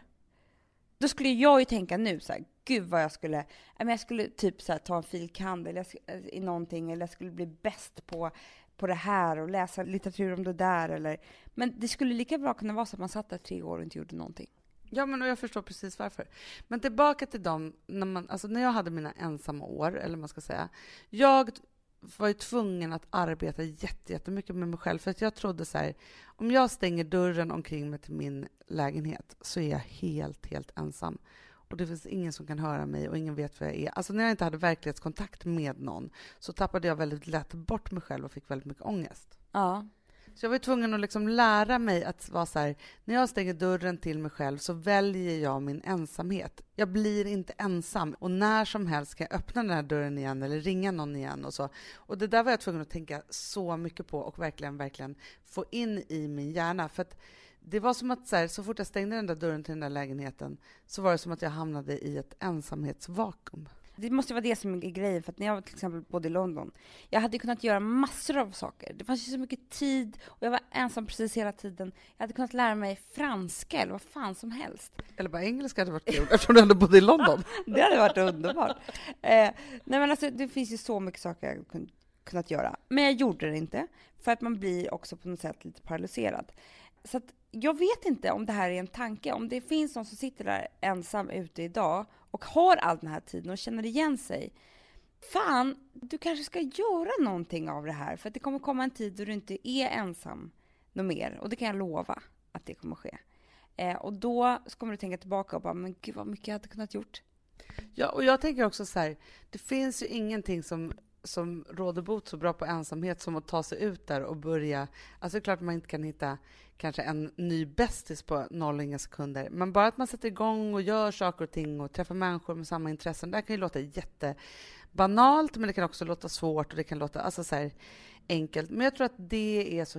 Då skulle jag ju tänka nu så här, gud vad jag skulle typ så här, ta en filkand i någonting, eller jag skulle bli bäst på det här och läsa litteratur om det där. Eller, men det skulle lika bra kunna vara så att man satt där 3 år och inte gjorde någonting. Ja, men och jag förstår precis varför. Men tillbaka till dem, när jag hade mina ensamma år, eller man ska säga. Jag var ju tvungen att arbeta jättemycket med mig själv. För att jag trodde så här, om jag stänger dörren omkring mig till min lägenhet så är jag helt ensam. Och det finns ingen som kan höra mig och ingen vet vad jag är. Alltså när jag inte hade verklighetskontakt med någon så tappade jag väldigt lätt bort mig själv och fick väldigt mycket ångest. Ja. Så jag var tvungen att liksom lära mig att vara så här, när jag stänger dörren till mig själv så väljer jag min ensamhet. Jag blir inte ensam och när som helst kan jag öppna den här dörren igen eller ringa någon igen och så. Och det där var jag tvungen att tänka så mycket på och verkligen få in i min hjärna. För att det var som att så fort jag stängde den där dörren till den där lägenheten så var det som att jag hamnade i ett ensamhetsvakuum. Det måste vara det som är grejen, för att när jag till exempel bodde i London, jag hade kunnat göra massor av saker. Det fanns ju så mycket tid och jag var ensam precis hela tiden. Jag hade kunnat lära mig franska eller vad fan som helst. Eller bara engelska hade varit kul eftersom du hade bodde i London. Det hade varit underbart. Nej men alltså, det finns ju så mycket saker jag kunnat göra. Men jag gjorde det inte, för att man blir också på något sätt lite paralyserad. Så att jag vet inte om det här är en tanke. Om det finns någon som sitter där ensam ute idag och har all den här tiden och känner igen sig. Fan, du kanske ska göra någonting av det här. För att det kommer komma en tid då du inte är ensam något mer. Och det kan jag lova att det kommer ske. Och då kommer du tänka tillbaka och bara, men gud vad mycket jag hade kunnat gjort. Ja, och jag tänker också så här, det finns ju ingenting som råder bot så bra på ensamhet som att ta sig ut där och börja. Alltså det är klart att man inte kan hitta kanske en ny bästis på 0 och inga sekunder. Men bara att man sätter igång och gör saker och ting och träffar människor med samma intressen. Det kan ju låta jättebanalt, men det kan också låta svårt och det kan låta alltså så här enkelt. Men jag tror att det är så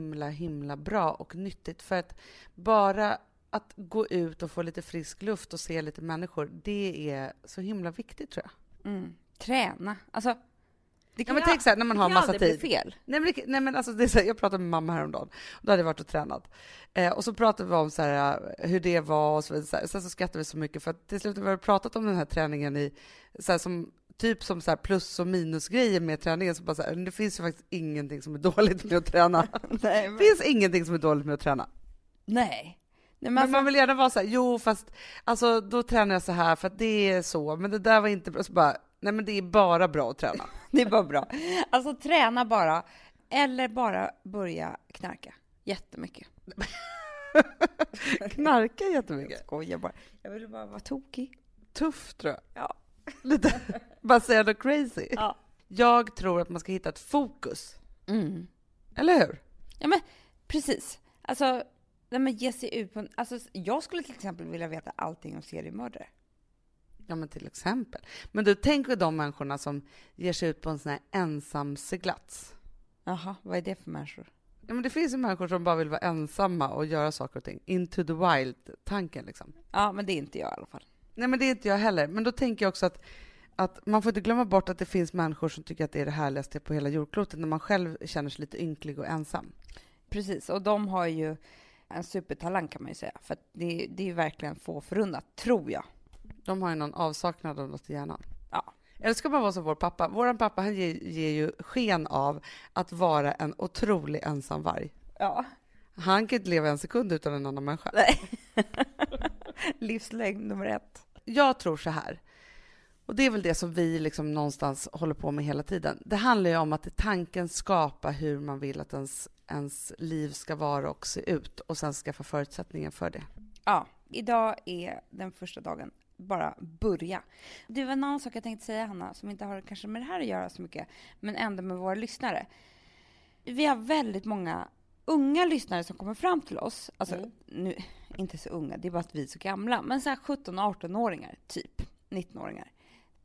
himla bra och nyttigt. För att bara att gå ut och få lite frisk luft och se lite människor, det är så himla viktigt tror jag. Träna. Alltså, det kan men tänk så här, när man har massa tid. Fel. Nej, men alltså det är så här, jag pratade med mamma häromdagen. Då hade jag varit och tränat. Och så pratade vi om så här, hur det var och så vidare. Sen så skrattade vi så mycket för att till slut har vi pratat om den här träningen i så här, som så här plus och minus grejer med träningen. Så bara så här, det finns ju faktiskt ingenting som är dåligt med att träna. Nej, Det finns ingenting som är dåligt med att träna. Nej. Men man vill gärna vara så här, jo fast alltså, då tränar jag så här för att det är så. Men det där var inte bra. Så bara, nej men det är bara bra att träna. Det är bara bra. Alltså träna bara. Eller bara börja knarka. Jättemycket. Knarka jättemycket? Jag skojar bara. Jag vill bara vara tokig. Tuff tror jag. Ja. Lite, bara säga något crazy. Ja. Jag tror att man ska hitta ett fokus. Eller hur? Ja men precis. Alltså, när man ger sig ut på alltså, jag skulle till exempel vilja veta allting om seriemördare. Ja men till exempel. Men du, tänk på de människorna som ger sig ut på en sån här ensam seglats. Jaha, vad är det för människor? Ja men det finns ju människor som bara vill vara ensamma och göra saker och ting. Into the wild-tanken liksom. Ja, men det är inte jag i alla fall. Nej men det är inte jag heller. Men då tänker jag också att man får inte glömma bort att det finns människor som tycker att det är det härligaste på hela jordklotet när man själv känner sig lite ynklig och ensam. Precis, och de har ju en supertalang kan man ju säga. För att det är ju verkligen få förunnat, tror jag. De har ju någon avsaknad av något i hjärnan. Ja. Eller ska man vara som vår pappa? Vår pappa han ger ju sken av att vara en otrolig ensam varg. Ja. Han kan inte leva en sekund utan en annan människa. Nej. Livslängd nummer 1. Jag tror så här. Och det är väl det som vi liksom någonstans håller på med hela tiden. Det handlar ju om att i tanken skapa hur man vill att ens liv ska vara och se ut. Och sen skaffa förutsättningar för det. Ja, idag är den första dagen. Bara börja. Det var en annan sak jag tänkte säga, Hanna, som inte har kanske med det här att göra så mycket, men ändå med våra lyssnare. Vi har väldigt många unga lyssnare som kommer fram till oss. Alltså, nu, inte så unga, det är bara att vi är så gamla. Men så här 17-18-åringar, typ 19-åringar.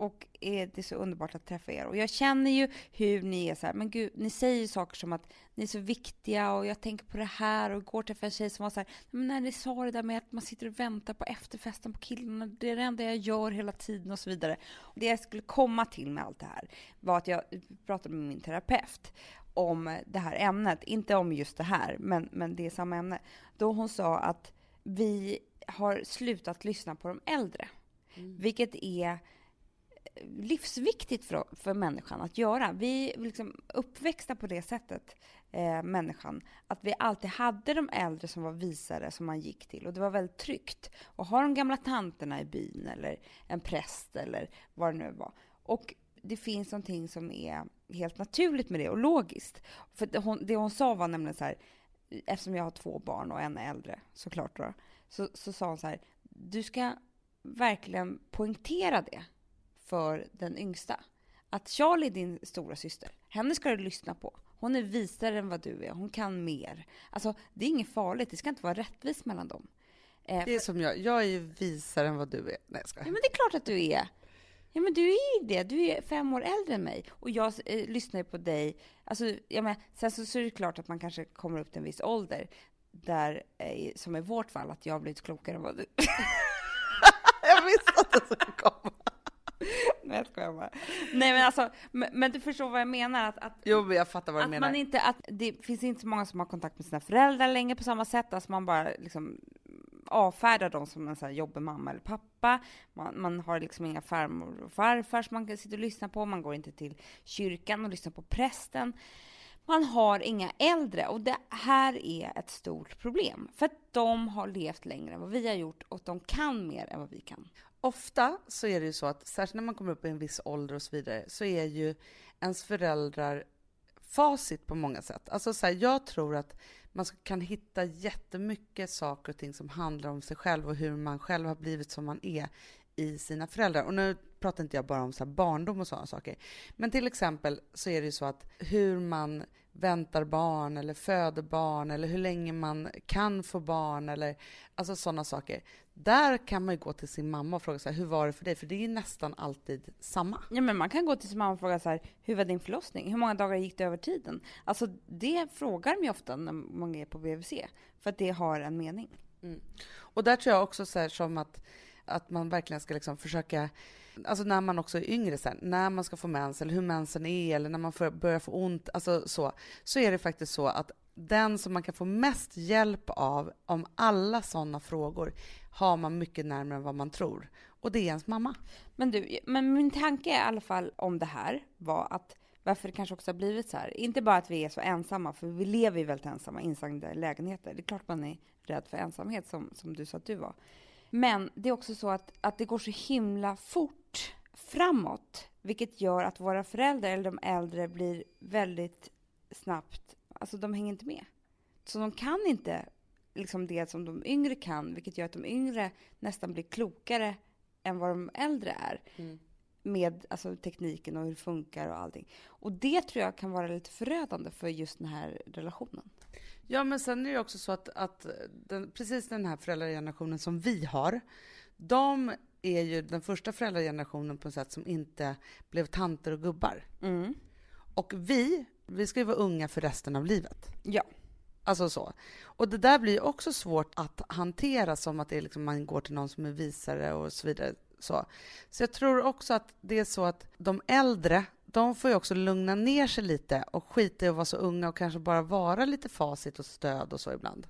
Och det är så underbart att träffa er. Och jag känner ju hur ni är så här, men gud, ni säger saker som att ni är så viktiga och jag tänker på det här. Och igår träffade jag en tjej som var så här, men när ni sa det där med att man sitter och väntar på efterfesten på killarna, det är det enda jag gör hela tiden och så vidare. Och det jag skulle komma till med allt det här var att jag pratade med min terapeut om det här ämnet. Inte om just det här, men det är samma ämne. Då hon sa att vi har slutat lyssna på de äldre. Vilket är livsviktigt för människan att göra. Vi är liksom uppväxta på det sättet, människan, att vi alltid hade de äldre som var visare som man gick till. Och det var väldigt tryggt. Och ha de gamla tanterna i byn eller en präst eller vad det nu var. Och det finns någonting som är helt naturligt med det och logiskt. För det hon sa var nämligen så här, eftersom jag har 2 barn och en är äldre, såklart då, så sa hon så här, du ska verkligen poängtera det för den yngsta. Att Charlie är din stora syster. Henne ska du lyssna på. Hon är visare än vad du är. Hon kan mer. Alltså, det är inget farligt. Det ska inte vara rättvist mellan dem. Det är som jag är ju visare än vad du är. Nej, jag ska. Ja, men det är klart att du är. Ja, men du är ju det. Du är 5 år äldre än mig. Och jag lyssnar ju på dig. Alltså, sen så är det klart att man kanske kommer upp till en viss ålder. Där, som i vårt fall, att jag har blivit klokare än vad du. Jag visste att det skulle komma. Nej, jag skojar bara. Nej, men alltså, men du förstår vad jag menar. Jo, men jag fattar vad du att menar. Man inte, att det finns inte så många som har kontakt med sina föräldrar längre på samma sätt. Alltså man bara liksom avfärdar dem som en så här jobbig mamma eller pappa. Man har liksom inga farmor och farfar som man kan sitta och lyssna på. Man går inte till kyrkan och lyssnar på prästen. Man har inga äldre, och det här är ett stort problem. För att de har levt längre än vad vi har gjort och de kan mer än vad vi kan. Ofta så är det ju så att, särskilt när man kommer upp i en viss ålder och så vidare, så är ju ens föräldrar facit på många sätt. Alltså så här, jag tror att man kan hitta jättemycket saker och ting som handlar om sig själv och hur man själv har blivit som man är i sina föräldrar. Och nu pratar inte jag bara om så här barndom och sådana saker. Men till exempel så är det ju så att hur man väntar barn eller föder barn eller hur länge man kan få barn eller alltså sådana saker. Där kan man ju gå till sin mamma och fråga så här, hur var det för dig? För det är ju nästan alltid samma. Ja, men man kan gå till sin mamma och fråga så här, hur var din förlossning? Hur många dagar gick det över tiden? Alltså det frågar de ju ofta när man är på BVC. För att det har en mening. Mm. Och där tror jag också så här, som att man verkligen ska liksom försöka, alltså när man också är yngre sen, när man ska få mens eller hur mensen är eller när man börjar få ont, alltså så är det faktiskt så att den som man kan få mest hjälp av om alla sådana frågor har man mycket närmare än vad man tror. Och det är ens mamma. Men min tanke i alla fall om det här var att varför det kanske också har blivit så här. Inte bara att vi är så ensamma, för vi lever ju väldigt ensamma, instängda lägenheter. Det är klart man är rädd för ensamhet som du sa att du var. Men det är också så att det går så himla fort framåt. Vilket gör att våra föräldrar eller de äldre blir väldigt snabbt, alltså de hänger inte med. Så de kan inte liksom det som de yngre kan, vilket gör att de yngre nästan blir klokare än vad de äldre är. Med alltså, tekniken och hur det funkar och allting. Och det tror jag kan vara lite förödande för just den här relationen. Ja, men sen är det också så att precis den här föräldragenerationen som vi har, de är ju den första föräldragenerationen på ett sätt som inte blev tanter och gubbar. Mm. Och vi ska ju vara unga för resten av livet. Ja. Alltså så. Och det där blir också svårt att hantera som att det är liksom man går till någon som är visare och så vidare. Så jag tror också att det är så att de äldre, de får ju också lugna ner sig lite och skita i att vara så unga och kanske bara vara lite facit och stöd och så ibland.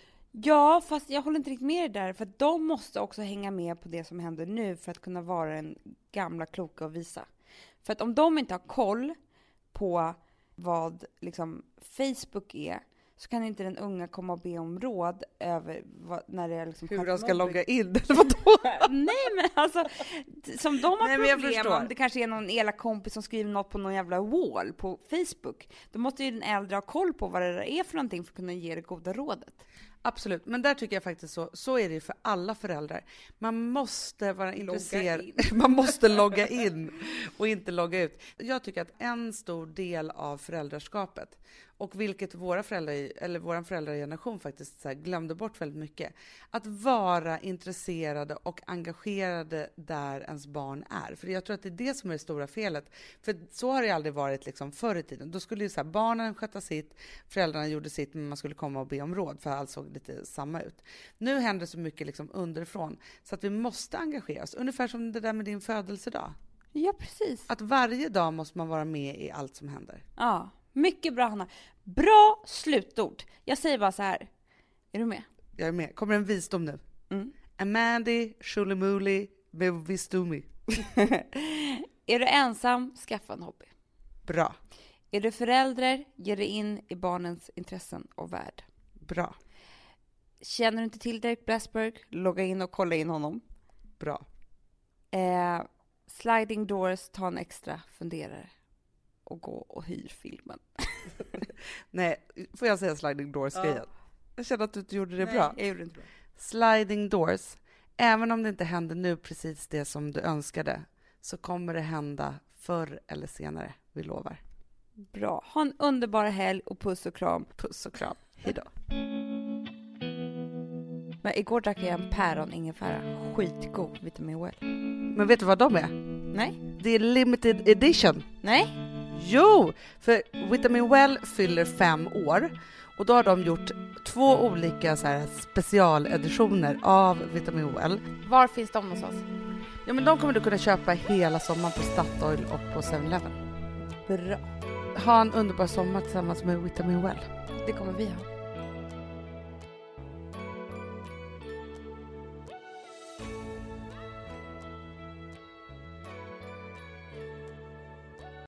Ja, fast jag håller inte riktigt med där, för att de måste också hänga med på det som händer nu för att kunna vara en gamla kloka och visa. För att om de inte har koll på vad liksom Facebook är, så kan inte den unga komma och be om råd över när det är liksom hur de ska logga in eller vadå? Nej, men alltså som de har problem om det kanske är någon elak kompis som skriver något på någon jävla wall på Facebook. Då måste ju den äldre ha koll på vad det är för någonting för att kunna ge det goda rådet. Absolut, men där tycker jag faktiskt så är det för alla föräldrar. Man måste vara intresserad. Man måste logga in och inte logga ut. Jag tycker att en stor del av föräldraskapet och vilket våran föräldrageneration faktiskt så här glömde bort väldigt mycket. Att vara intresserade och engagerade där ens barn är. För jag tror att det är det som är det stora felet. För så har det aldrig varit liksom förr i tiden. Då skulle ju så här, barnen sköta sitt, föräldrarna gjorde sitt, men man skulle komma och be om råd för allt såg lite samma ut. Nu händer så mycket liksom underifrån så att vi måste engagera oss. Ungefär som det där med din födelsedag. Ja, precis. Att varje dag måste man vara med i allt som händer. Ja, mycket bra Hanna. Bra slutord. Jag säger bara så här. Är du med? Jag är med. Kommer en visdom nu? Mm. Amandi, shulimuli, bevistumi. Är du ensam, skaffa en hobby. Bra. Är du förälder, ge dig in i barnens intressen och värld. Bra. Känner du inte till Derek Blasberg, logga in och kolla in honom. Bra. Sliding Doors, ta en extra funderare och gå och hyr filmen. Nej, får jag säga Sliding Doors-grejen? Ja. Jag känner att du inte gjorde det bra. Jag gjorde inte bra. Sliding Doors. Även om det inte händer nu precis det som du önskade, så kommer det hända förr eller senare, vi lovar. Bra. Ha en underbar helg och puss och kram. Puss och kram. Hejdå. Men igår drack jag en päron-ingefära. Skitgod, vitamin well. Men vet du vad de är? Nej. Det är limited edition. Nej. Jo, för Vitamin Well fyller 5 år. Och då har de gjort 2 olika så här specialeditioner av Vitamin Well. Var finns de någonstans? Ja, men de kommer du kunna köpa hela sommaren på Statoil och på 7-Eleven. Bra. Ha en underbar sommar tillsammans med Vitamin Well. Det kommer vi ha.